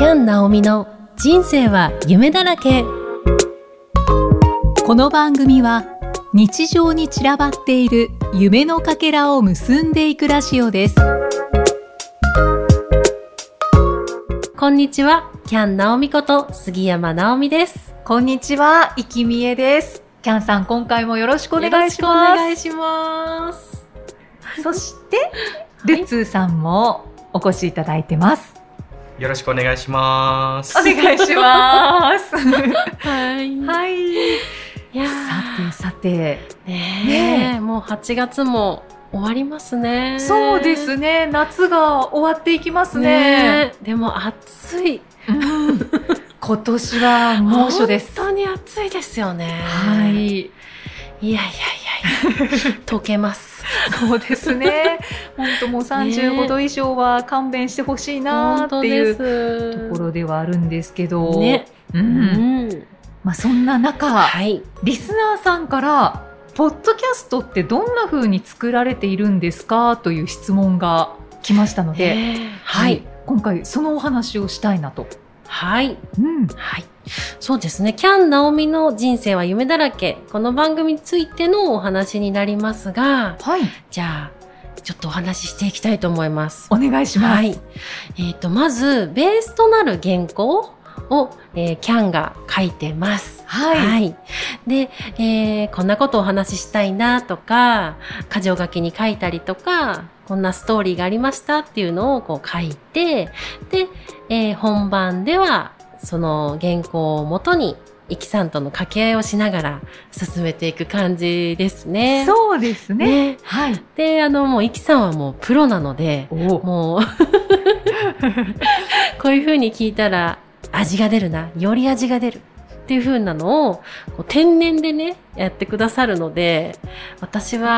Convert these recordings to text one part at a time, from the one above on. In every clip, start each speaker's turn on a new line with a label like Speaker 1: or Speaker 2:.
Speaker 1: キャン・ナオミの人生は夢だらけ。
Speaker 2: この番組は日常に散らばっている夢のかけらを結んでいくラジオです。
Speaker 1: こんにちは、キャン・ナオミこと杉山直美です。
Speaker 2: こんにちは、生きみえです。キャンさん、今回もよろしくお願いします。
Speaker 1: よろしくお願いします。
Speaker 2: そしてルッツーさんもお越しいただいてます。
Speaker 3: よろしくお願いします。
Speaker 2: お願いします。
Speaker 1: はい。
Speaker 2: はい。
Speaker 1: いや
Speaker 2: さて
Speaker 1: ねえ、もう8月も終わりますね。
Speaker 2: そうですね。夏が終わっていきますね。
Speaker 1: でも暑い。
Speaker 2: 今年は猛暑です。
Speaker 1: 本当に暑いですよね。
Speaker 2: はい。
Speaker 1: いや溶けます。
Speaker 2: そうですね。本当もう35度以上は勘弁してほしいなっていうところではあるんですけど、
Speaker 1: ね。
Speaker 2: そんな中、
Speaker 1: はい、
Speaker 2: リスナーさんからポッドキャストってどんな風に作られているんですかという質問が来ましたので、はい、今回そのお話をしたいなと。
Speaker 1: はい、はい、そうですね。キャン・ナオミの人生は夢だらけ。この番組についてのお話になりますが、
Speaker 2: はい、
Speaker 1: じゃあちょっとお話ししていきたいと思います。
Speaker 2: お願いします。はい、
Speaker 1: まずベースとなる原稿を、キャンが書いてます。
Speaker 2: はい。
Speaker 1: はい、で、こんなことをお話ししたいなとか、箇条書きに書いたりとか、こんなストーリーがありましたっていうのをこう書いて、で、本番ではその原稿をもとにイキさんとの掛け合いをしながら進めていく感じですね。
Speaker 2: そうですね。はい。
Speaker 1: で、もうイキさんはもうプロなので、もうこういう風に聞いたら味が出るな、より味が出るっていう風なのをこう天然でねやってくださるので、私は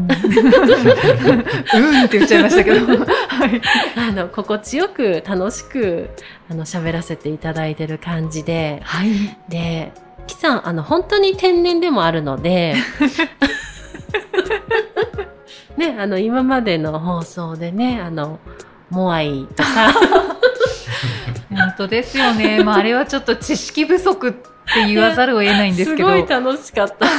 Speaker 2: って言っちゃいましたけど、はい、
Speaker 1: 心地よく楽しく喋らせていただいてる感じで、
Speaker 2: はい、
Speaker 1: でキさん本当に天然でもあるのでね、今までの放送でねモアイとか
Speaker 2: 本当ですよね。あれはちょっと知識不足って言わざるを得ないんですけど、
Speaker 1: すごい楽しかった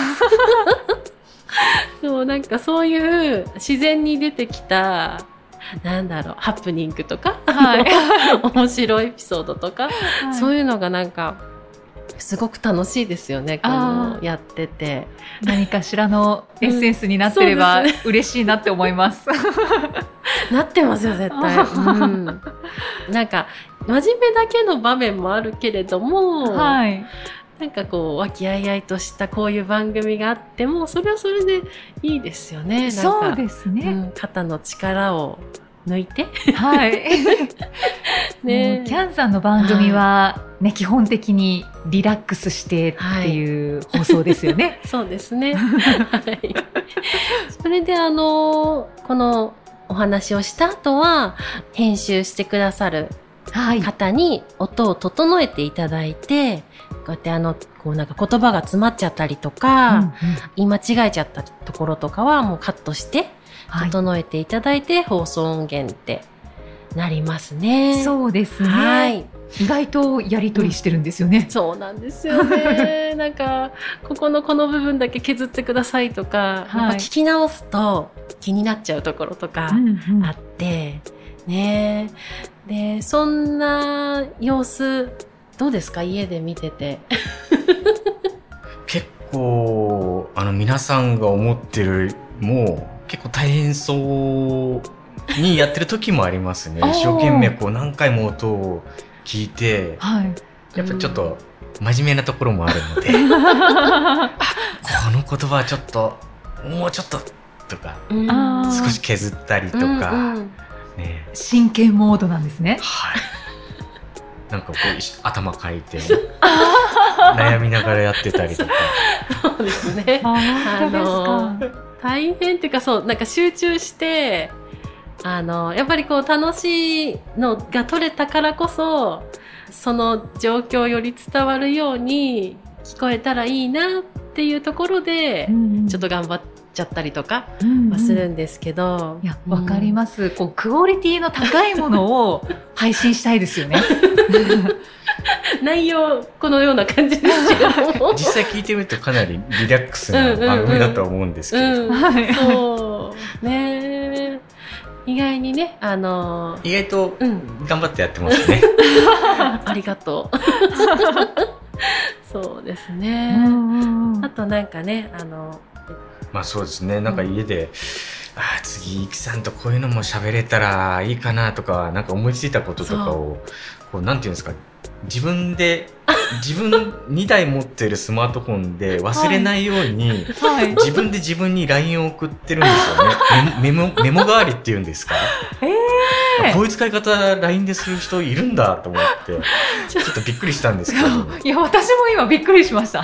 Speaker 1: そう、なんかそういう自然に出てきたハプニングとか、はい、面白いエピソードとか、はい、そういうのがなんかすごく楽しいですよね。やってて
Speaker 2: 何かしらのエッセンスになってれば嬉しいなって思います。
Speaker 1: なってますよ絶対。なんか真面目だけの場面もあるけれども、
Speaker 2: はい、
Speaker 1: なんかこう和気あいあいとしたこういう番組があってもそれはそれでいいですよね。
Speaker 2: そうですね。
Speaker 1: 肩の力を抜いて、
Speaker 2: はい。ね、キャンさんの番組は、ね、基本的にリラックスしてっていう放送ですよね。
Speaker 1: そうですね。はい。それでこのお話をした後は編集してくださる方に音を整えていただいて、こうやってこうなんか言葉が詰まっちゃったりとか、言い間違えちゃったところとかはもうカットして整えていただいて、放送音源ってなりますね。
Speaker 2: そうですね。はい。意外とやり取りしてるんですよね。
Speaker 1: そうなんですよね。なんかこの部分だけ削ってくださいとか、やっぱ聞き直すと気になっちゃうところとかあって、ね。でそんな様子どうですか、家で見てて。
Speaker 3: 結構皆さんが思ってるもう結構大変そうにやってる時もありますね。一生懸命こう何回も音を聞いて、はい、やっぱちょっと真面目なところもあるので、この言葉はちょっともうちょっととか、少し削ったりとか、
Speaker 2: ね、真剣モードなんですね。
Speaker 3: はい。なんかこう頭かいて悩みながらやってたりとか。
Speaker 1: そうですね。大変っていうか、そうなんか集中してやっぱりこう楽しいのが取れたからこそ、その状況より伝わるように聞こえたらいいなっていうところで、ちょっと頑張っちゃったりとかするんですけど、
Speaker 2: いや、わかります。こうクオリティの高いものを配信したいですよね。
Speaker 1: 内容このような感じですけども
Speaker 3: 実際聞いてみるとかなりリラックスな番組だとは思うんですけれど、
Speaker 1: そうね、意外にね、
Speaker 3: 意外と頑張ってやってますね。
Speaker 1: ありがとう。そうですね。あとなんかね、
Speaker 3: まあそうですね、なんか家で、次、イキさんとこういうのも喋れたらいいかなとか、なんか思いついたこととかを、こう、なんていうんですか、自分2台持ってるスマートフォンで忘れないように、自分で自分に LINE を送ってるんですよね。メモ代わりっていうんですか。こういう使い方 LINE でする人いるんだと思って、ちょっとびっくりしたんですけど。
Speaker 2: いや、私も今びっくりしました。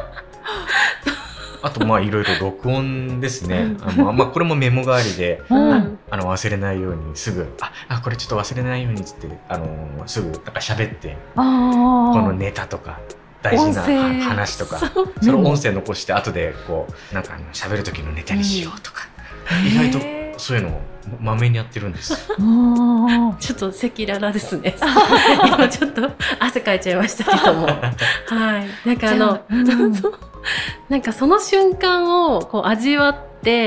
Speaker 3: あと、まあ、いろいろ録音ですね。まあ、これもメモ代わりで、忘れないようにすぐ、これちょっと忘れないようにつって、すぐ、なんか喋って、このネタとか、大事な話とか、その音声残して、後で、こう、なんか喋る時のネタにしようとか、意外とそういうのをまめにやってるんです。
Speaker 1: ちょっと赤裸々ですね。今ちょっと汗かいちゃいましたけども。はい。なんかなんかその瞬間をこう味わって、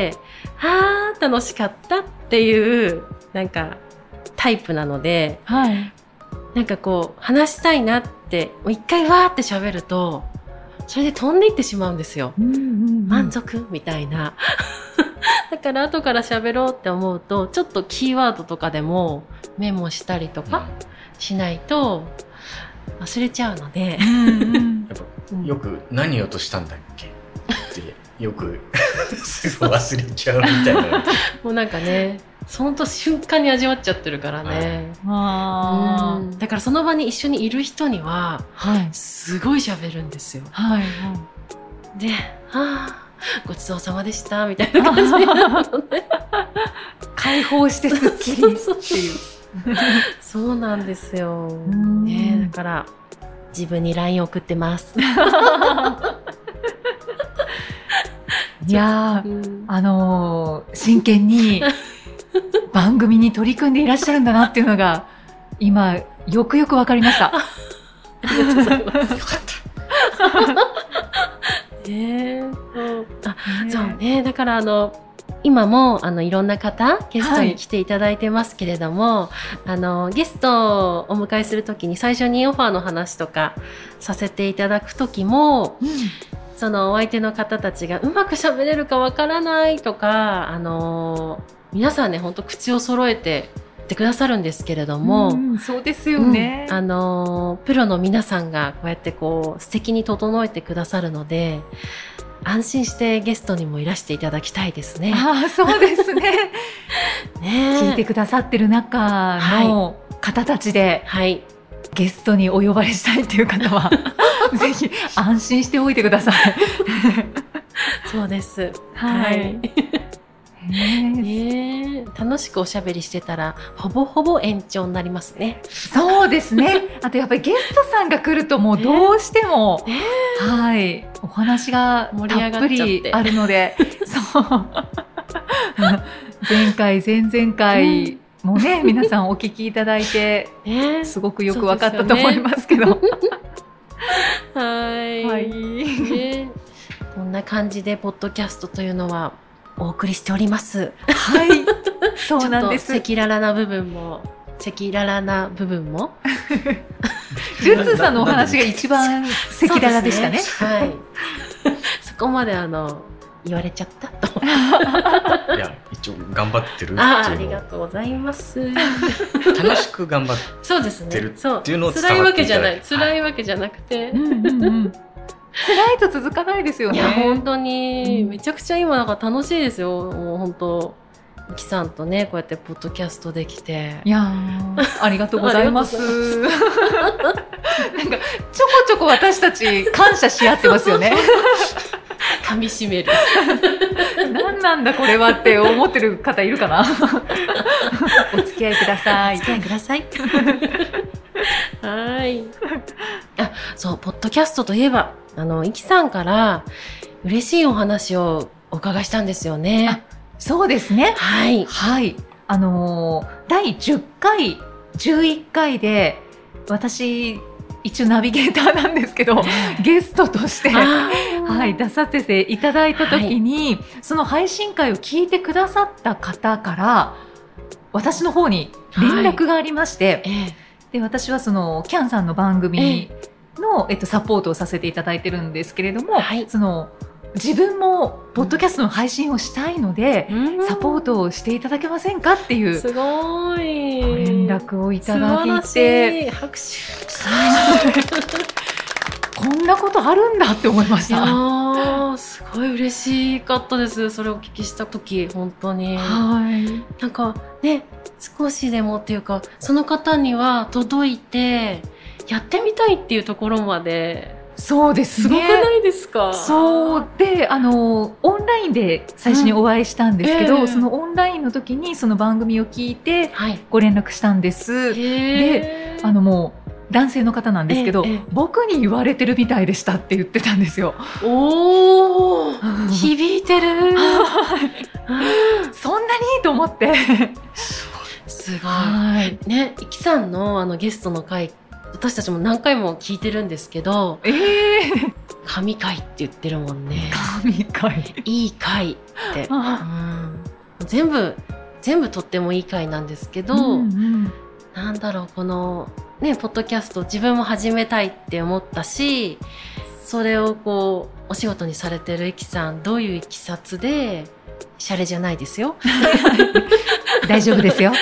Speaker 1: 楽しかったっていう、なんかタイプなので、なんかこう話したいなって、一回わーって喋ると、それで飛んでいってしまうんですよ。満足みたいな。だから後から喋ろうって思うと、ちょっとキーワードとかでもメモしたりとかしないと忘れちゃうので。
Speaker 3: やっぱよく何言おうとしたんだっけってよくすぐ忘れちゃうみたいな。
Speaker 1: もうなんかね、その瞬間に味わっちゃってるからね。だからその場に一緒にいる人にはすごい喋るんですよ。で、ごちそうさまでしたみたいな感じなので
Speaker 2: 解放してスッキリっていう。
Speaker 1: そうなんですよ。だから自分に LINE 送ってます。
Speaker 2: いや真剣に番組に取り組んでいらっしゃるんだなっていうのが今よくよくわかりました。
Speaker 1: ありがとうございます。よかった。そうね。だから今もいろんな方ゲストに来ていただいてますけれども、ゲストをお迎えするときに最初にオファーの話とかさせていただくときも、そのお相手の方たちがうまく喋れるかわからないとか、皆さんね、本当口を揃えてってくださるんですけれども、
Speaker 2: そうですよね。
Speaker 1: プロの皆さんがこうやってこう素敵に整えてくださるので、安心してゲストにもいらしていただきたいですね。
Speaker 2: そうですね。聞いてくださってる中の方たちで、ゲストにお呼ばれしたいという方はぜひ安心しておいてください。
Speaker 1: そうです。楽しくおしゃべりしてたらほぼほぼ延長になりますね。
Speaker 2: そうですね。あとやっぱりゲストさんが来るともうどうしても、お話がたっぷりあるので、そう前回前々回もね、皆さんお聞きいただいて、すごくよく分かったと思いますけど。
Speaker 1: こんな感じでポッドキャストというのはお送りしております。
Speaker 2: そうなんです。
Speaker 1: 赤裸々な部分も。
Speaker 2: ジュンツーさんのお話が一番赤裸々でしたね。
Speaker 1: そこまで言われちゃったと。
Speaker 3: いや、一応頑張ってるっていうのを。
Speaker 1: ありがとうございます。
Speaker 3: 楽しく頑張ってるっていうのを伝わっていただいて。
Speaker 1: 辛いわけじゃなくて。
Speaker 2: 辛いと続かないですよね。
Speaker 1: いや、本当に、めちゃくちゃ今なんか楽しいですよ。もう本当、イキさんとね、こうやってポッドキャストできて。
Speaker 2: いやありがとうございます。なんか、ちょこちょこ私たち感謝し合ってますよね。
Speaker 1: 噛み締める。
Speaker 2: 何なんだこれはって思ってる方いるかな。お付き合いください。
Speaker 1: お付き合いください。そう、ポッドキャストといえば、イキさんから嬉しいお話をお伺いしたんですよね。
Speaker 2: そうですね。第10回、11回で、 私一応ナビゲーターなんですけど、ゲストとして、はい、出させていただいた時に、その配信会を聞いてくださった方から私の方に連絡がありまして、で私はそのキャンさんの番組の、サポートをさせていただいてるんですけれども、その自分もポッドキャストの配信をしたいので、サポートをしていただけませんかっていう
Speaker 1: すごい
Speaker 2: 連絡をいただいて、
Speaker 1: 拍手
Speaker 2: こんなことあるんだって思いました。
Speaker 1: いやすごい嬉しかったです。それをお聞きした時本当に、なんかね、少しでもっていうかその方には届いてやってみたいっていうところまで。
Speaker 2: そうですね。
Speaker 1: すごくないですか？
Speaker 2: そうで、オンラインで最初にお会いしたんですけど、そのオンラインの時にその番組を聞いてご連絡したんです。で、もう男性の方なんですけど、僕に言われてるみたいでしたって言ってたんですよ。
Speaker 1: おー、響いてる
Speaker 2: そんなにと思って
Speaker 1: すごいね。いきさんのゲストの回、私たちも何回も聞いてるんですけど、神回って言ってるもんね。
Speaker 2: 神回、
Speaker 1: いい回って、全部とってもいい回なんですけど、なんだろう、このね、ポッドキャスト自分も始めたいって思ったし、それをこうお仕事にされてるいきさん、どういういきさつで、シャレじゃないですよ
Speaker 2: 大丈夫ですよ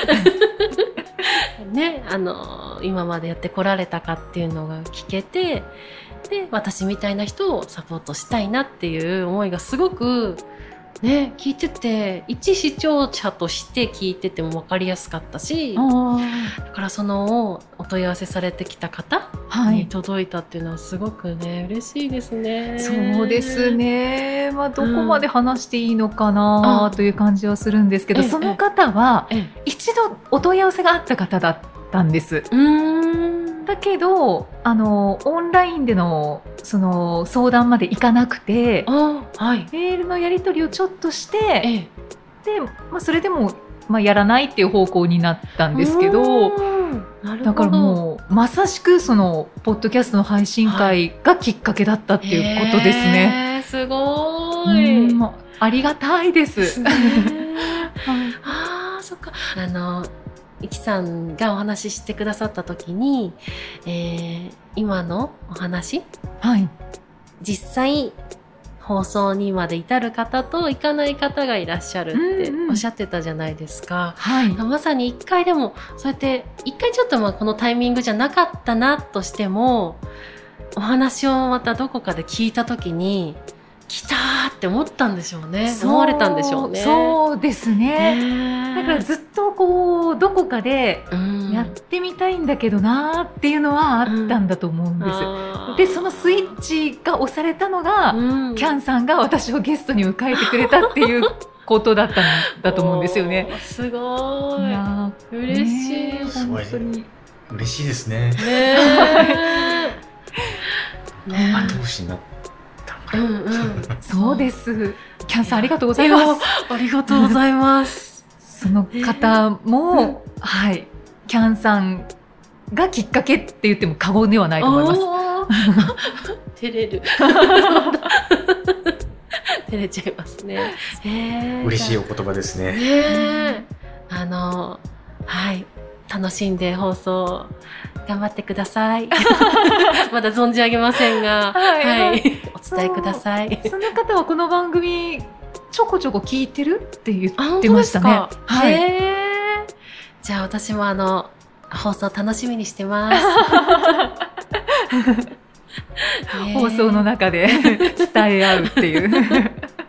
Speaker 1: ね、今までやってこられたかっていうのが聞けて、で私みたいな人をサポートしたいなっていう思いがすごくね、聞いてて、一視聴者として聞いてても分かりやすかったし、だからそのお問い合わせされてきた方に届いたっていうのはすごくね、嬉しいですね。
Speaker 2: そうですね、どこまで話していいのかなという感じはするんですけど、その方は一度お問い合わせがあった方だったんです。だけどオンラインでのその相談までいかなくて、メールのやり取りをちょっとして、で、それでも、やらないっていう方向になったんですけど、だからもうまさしくそのポッドキャストの配信会がきっかけだったっていうことですね。
Speaker 1: すごい、
Speaker 2: ありがたいです。
Speaker 1: そっか。いきさんがお話ししてくださった時に、今のお話、実際放送にまで至る方といかない方がいらっしゃるっておっしゃってたじゃないですか。まさに一回でもそうやって一回ちょっとこのタイミングじゃなかったなとしても、お話をまたどこかで聞いた時に来たーって思ったんでしょうね。思われたんでしょうね。
Speaker 2: そうですね。だからずっとこうどこかでやってみたいんだけどなーっていうのはあったんだと思うんです。でそのスイッチが押されたのが、キャンさんが私をゲストに迎えてくれたっていうことだったんだと思うんですよね。
Speaker 1: すごい。嬉しい。
Speaker 3: 本当に嬉しいですね。後押しになって。
Speaker 2: そうです。キャンさんありがとうございます。
Speaker 1: ありがとうございます。
Speaker 2: その方も、キャンさんがきっかけって言っても過言ではないと思います。
Speaker 1: 照れる。照れちゃいますね。
Speaker 3: 嬉しいお言葉ですね。
Speaker 1: 楽しんで放送頑張ってください。まだ存じ上げませんが、お伝えください。
Speaker 2: その方はこの番組ちょこちょこ聞いてるって言ってましたね。
Speaker 1: じゃあ私も放送楽しみにしてます。
Speaker 2: 放送の中で伝え合うっていう。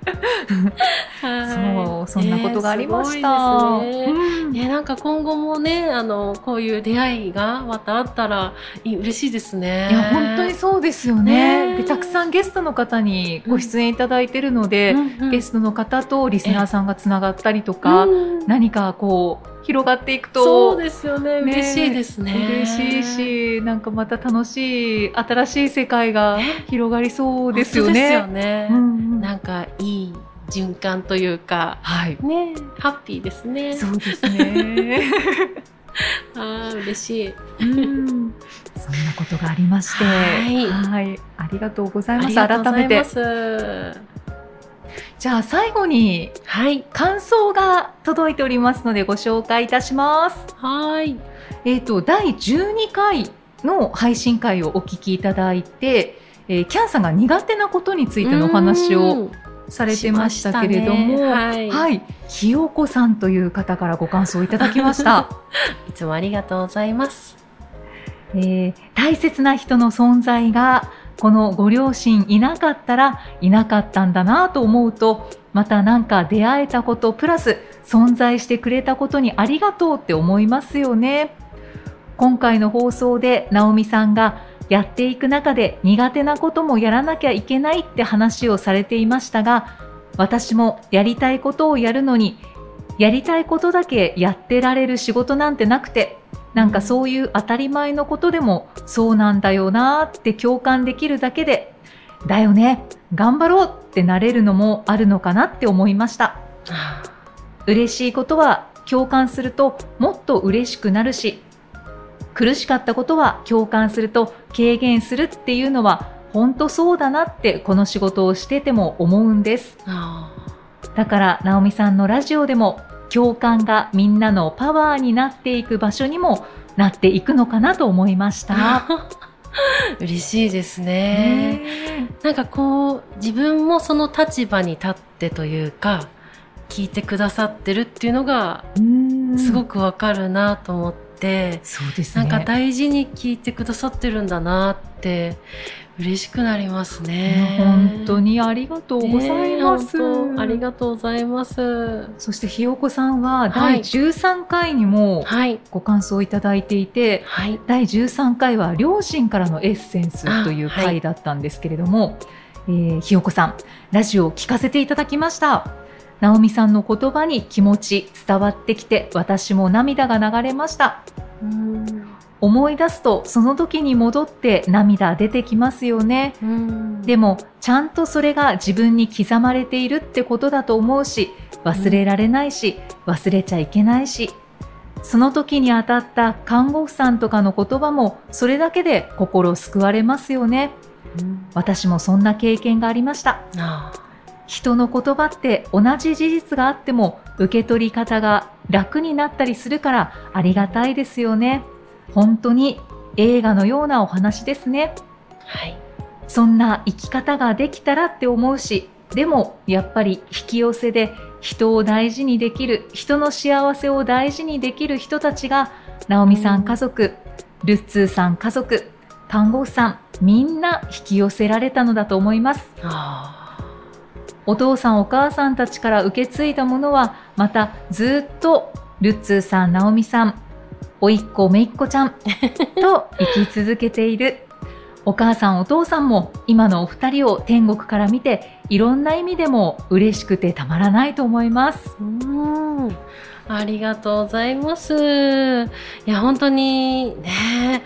Speaker 2: そんなことがありました。
Speaker 1: なんか今後もね、こういう出会いがまたあったら嬉しいですね。
Speaker 2: いや本当にそうですよね。でたくさんゲストの方にご出演いただいているので、ゲストの方とリスナーさんがつながったりとか、何かこう広がっていくと、
Speaker 1: そうですよね。嬉しいですね。
Speaker 2: 嬉しいし、なんかまた楽しい新しい世界が広がりそうですよね。
Speaker 1: ですよね。なんかいい循環というか、ハッピーですね。
Speaker 2: そうですね。
Speaker 1: 嬉しい。
Speaker 2: そんなことがありまして、はい、ありがとうございます。改めて。じゃあ最後に、感想が届いておりますのでご紹介いたします。
Speaker 1: はい。
Speaker 2: 第12回の配信会をお聞きいただいて、キャンさんが苦手なことについてのお話をされてましたけれども、ひよこさんという方からご感想をいただきました。
Speaker 1: いつもありがとうございます。
Speaker 2: 大切な人の存在がこのご両親いなかったらいなかったんだなと思うと、またなんか出会えたことプラス存在してくれたことにありがとうって思いますよね。今回の放送で直美さんがやっていく中で苦手なこともやらなきゃいけないって話をされていましたが、私もやりたいことをやるのにやりたいことだけやってられる仕事なんてなくて、なんかそういう当たり前のことでもそうなんだよなって共感できるだけで、だよね、頑張ろうってなれるのもあるのかなって思いました。嬉しいことは共感するともっと嬉しくなるし、苦しかったことは共感すると軽減するっていうのは本当そうだなってこの仕事をしてても思うんです。だから直美さんのラジオでも共感がみんなのパワーになっていく場所にもなっていくのかなと思いました。
Speaker 1: 嬉しいですね。なんかこう自分もその立場に立ってというか聞いてくださってるっていうのがすごくわかるなと思って、
Speaker 2: そうですね、
Speaker 1: なんか大事に聞いてくださってるんだなって嬉しくなりますね。
Speaker 2: 本当にありがとうございます。
Speaker 1: ありがとうございます。
Speaker 2: そしてひよこさんは第13回にもご感想いただいていて、第13回は両親からのエッセンスという回だったんですけれども、ひよこさんラジオを聞かせていただきました。直美さんの言葉に気持ち伝わってきて私も涙が流れました。思い出すとその時に戻って涙出てきますよね。でもちゃんとそれが自分に刻まれているってことだと思うし、忘れられないし、忘れちゃいけないし、その時に当たった看護婦さんとかの言葉もそれだけで心救われますよね。私もそんな経験がありました。人の言葉って同じ事実があっても受け取り方が楽になったりするからありがたいですよね。本当に映画のようなお話ですね。そんな生き方ができたらって思うし、でもやっぱり引き寄せで人を大事にできる、人の幸せを大事にできる人たちが直美さん家族、ルッツーさん家族、看護婦さん、みんな引き寄せられたのだと思います。お父さんお母さんたちから受け継いだものはまたずっとルッツーさん、直美さん、おいっ子めいっ子ちゃんと生き続けている。お母さんお父さんも今のお二人を天国から見ていろんな意味でも嬉しくてたまらないと思います。
Speaker 1: ありがとうございます。いや本当にね、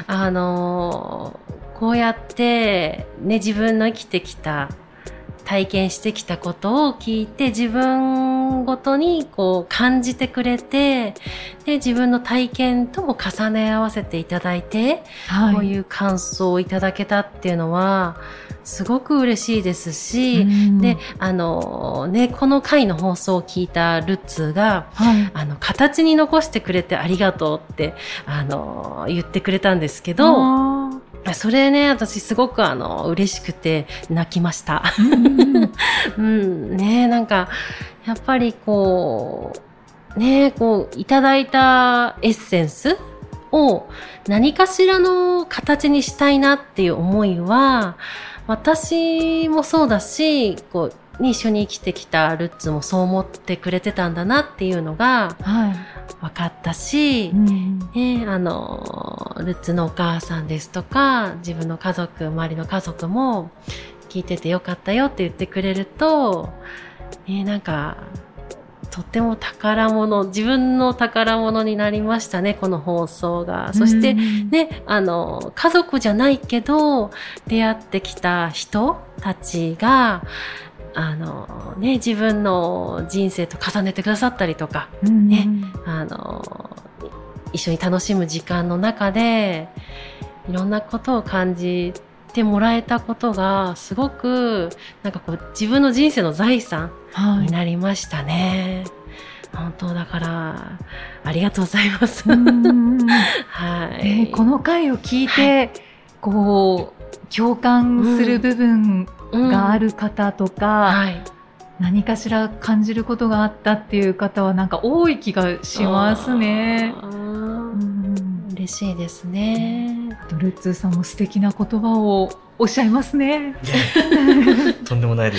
Speaker 1: こうやってね自分の生きてきた体験してきたことを聞いて自分ごとにこう感じてくれて、で自分の体験とも重ね合わせていただいて、こういう感想をいただけたっていうのはすごく嬉しいですし、でこの回の放送を聞いたルッツーが、形に残してくれてありがとうって言ってくれたんですけど、それね、私すごく嬉しくて泣きました。なんか、やっぱりこういただいたエッセンスを何かしらの形にしたいなっていう思いは、私もそうだし、一緒に生きてきたルッツもそう思ってくれてたんだなっていうのが分かったし、ルッツのお母さんですとか自分の家族、周りの家族も聞いててよかったよって言ってくれると、なんかとっても自分の宝物になりましたね、この放送が。そしてね、家族じゃないけど出会ってきた人たちが自分の人生と重ねてくださったりとか、一一緒に楽しむ時間の中でいろんなことを感じてもらえたことがすごくなんかこう自分の人生の財産になりましたね。本当だからありがとうございます。はい、
Speaker 2: この回を聞いて、こう共感する部分がある方とか、何かしら感じることがあったっていう方はなんか多い気がしますね。
Speaker 1: 嬉しいですね。
Speaker 2: ルッツーさんも素敵な言葉をおっしゃいますね。
Speaker 3: とんでもないです。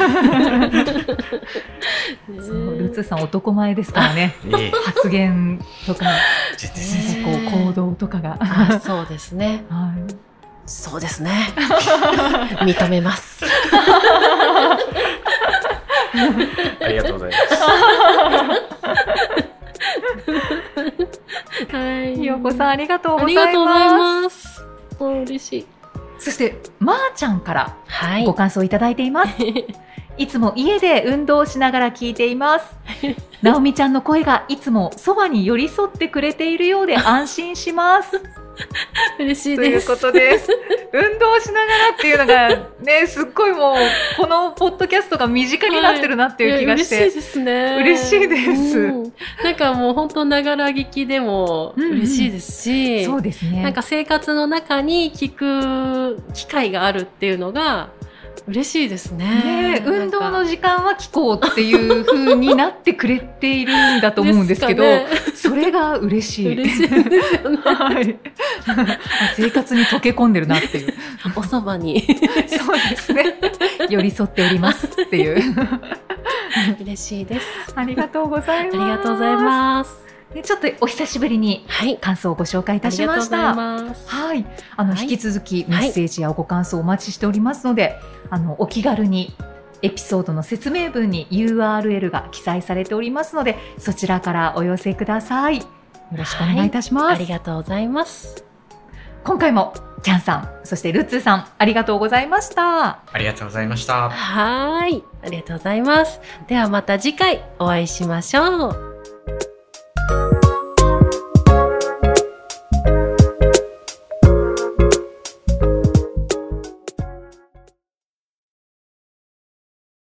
Speaker 2: そうルッツーさん男前ですからね。発言とか、こう行動とかが。
Speaker 1: そうですね。そうですね。認めます。
Speaker 3: ありがとうございます。
Speaker 2: ひよこさんありがとうございます。
Speaker 1: ありがとうございます。嬉しい。
Speaker 2: そしてまーちゃんからご感想いただいています。いつも家で運動しながら聞いています。なおみちゃんの声がいつもそばに寄り添ってくれているようで安心します。
Speaker 1: 嬉しいです。
Speaker 2: ということです。運動しながらっていうのがね、すっごいもうこのポッドキャストが身近になってるなっていう気がして、
Speaker 1: 嬉しいですね。
Speaker 2: 嬉しいです。
Speaker 1: なんかもう本当ながら聞きでも嬉しいですし、
Speaker 2: そうですね。
Speaker 1: なんか生活の中に聞く機会があるっていうのが嬉しいですね。
Speaker 2: 運動の時間は聞こうっていう風になってくれているんだと思うんですけど、それが嬉しい。
Speaker 1: 嬉しいですよね。
Speaker 2: 生活に溶け込んでるなっていう。
Speaker 1: おそばに。
Speaker 2: そうですね。寄り添っておりますっていう。
Speaker 1: 嬉しいです。
Speaker 2: ありがとうございます。
Speaker 1: ありがとうございます。
Speaker 2: ちょっとお久しぶりに感想をご紹介いたしました。はい、引き続きメッセージやご感想をお待ちしておりますので、お気軽にエピソードの説明文に URL が記載されておりますので、そちらからお寄せください。よろしくお願いいたします。
Speaker 1: ありがとうございます。
Speaker 2: 今回もキャンさん、そしてルッツーさん、ありがとうございました。
Speaker 3: ありがとうございました。
Speaker 1: はい、ありがとうございます。ではまた次回お会いしましょう。